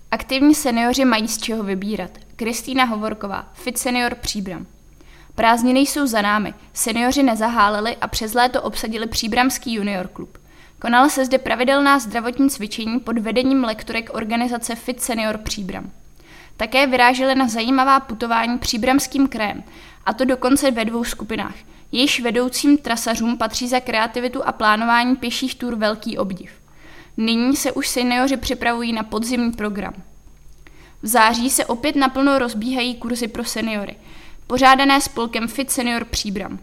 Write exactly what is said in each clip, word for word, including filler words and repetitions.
Aktivní seniori mají z čeho vybírat. Kristýna Hovorková, Fit Senior Příbram. Prázdniny jsou za námi, seniori nezaháleli a přes léto obsadili Příbramský junior klub. Konala se zde pravidelná zdravotní cvičení pod vedením lektorek organizace Fit Senior Příbram. Také vyráželi na zajímavá putování příbramským krajem, a to dokonce ve dvou skupinách. Jejichž vedoucím trasařům patří za kreativitu a plánování pěších tur velký obdiv. Nyní se už seniori připravují na podzimní program. V září se opět naplno rozbíhají kurzy pro seniory, pořádané spolkem Fit Senior Příbram.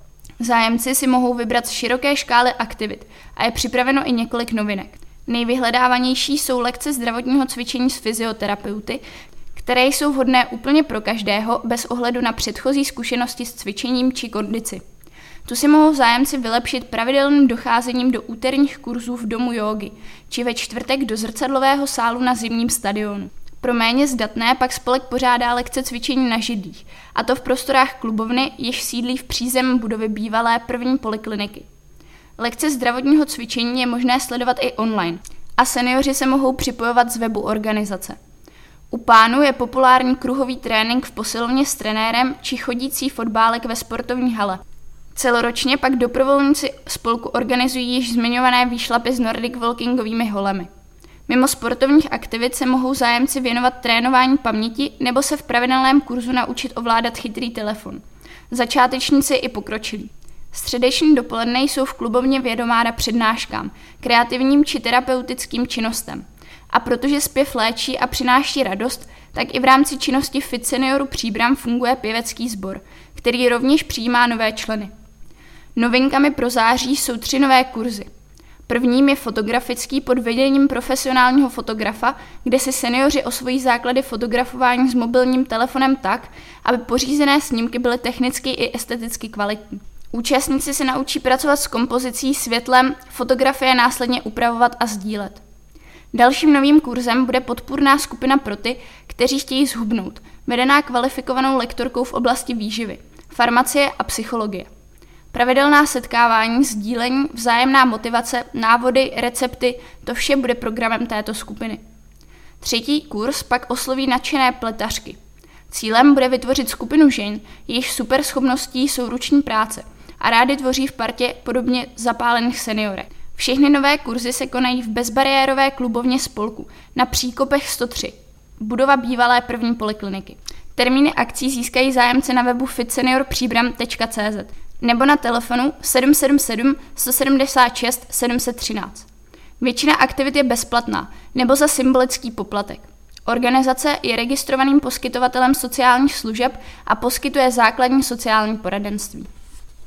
Zájemci si mohou vybrat z široké škály aktivit a je připraveno i několik novinek. Nejvyhledávanější jsou lekce zdravotního cvičení s fyzioterapeuty, které jsou vhodné úplně pro každého bez ohledu na předchozí zkušenosti s cvičením či kondici. Tu si mohou zájemci vylepšit pravidelným docházením do úterních kurzů v domu jógy či ve čtvrtek do zrcadlového sálu na zimním stadionu. Pro méně zdatné pak spolek pořádá lekce cvičení na židlích, a to v prostorách klubovny, jež sídlí v přízemí budovy bývalé první polikliniky. Lekce zdravotního cvičení je možné sledovat i online a seniori se mohou připojovat z webu organizace. U pánů je populární kruhový trénink v posilovně s trenérem či chodící fotbálek ve sportovní hale. Celoročně pak dobrovolníci spolku organizují již zmiňované výšlapy s Nordic walkingovými holemi. Mimo sportovních aktivit se mohou zájemci věnovat trénování paměti nebo se v pravidelném kurzu naučit ovládat chytrý telefon. Začátečníci i pokročilí. Středeční dopoledne jsou v klubovně vědomána přednáškám, kreativním či terapeutickým činnostem. A protože zpěv léčí a přináší radost, tak i v rámci činnosti Fit Senioru Příbram funguje pěvecký sbor, který rovněž přijímá nové členy. Novinkami pro září jsou tři nové kurzy. Prvním je fotografický pod vedením profesionálního fotografa, kde si seniori osvojí základy fotografování s mobilním telefonem tak, aby pořízené snímky byly technicky i esteticky kvalitní. Účastníci se naučí pracovat s kompozicí, světlem, fotografie následně upravovat a sdílet. Dalším novým kurzem bude podpůrná skupina pro ty, kteří chtějí zhubnout, vedená kvalifikovanou lektorkou v oblasti výživy, farmacie a psychologie. Pravidelná setkávání, sdílení, vzájemná motivace, návody, recepty, to vše bude programem této skupiny. Třetí kurz pak osloví nadšené pletařky. Cílem bude vytvořit skupinu žen, jejichž superschopností jsou ruční práce a rády tvoří v partě podobně zapálených seniorek. Všechny nové kurzy se konají v bezbariérové klubovně spolku na Příkopech sto tři, budova bývalé první polikliniky. Termíny akcí získají zájemci na webu fit senior příbram tečka cé zet nebo na telefonu sedm sedm sedm sto sedmdesát šest sedm set třináct. Většina aktivit je bezplatná nebo za symbolický poplatek. Organizace je registrovaným poskytovatelem sociálních služeb a poskytuje základní sociální poradenství.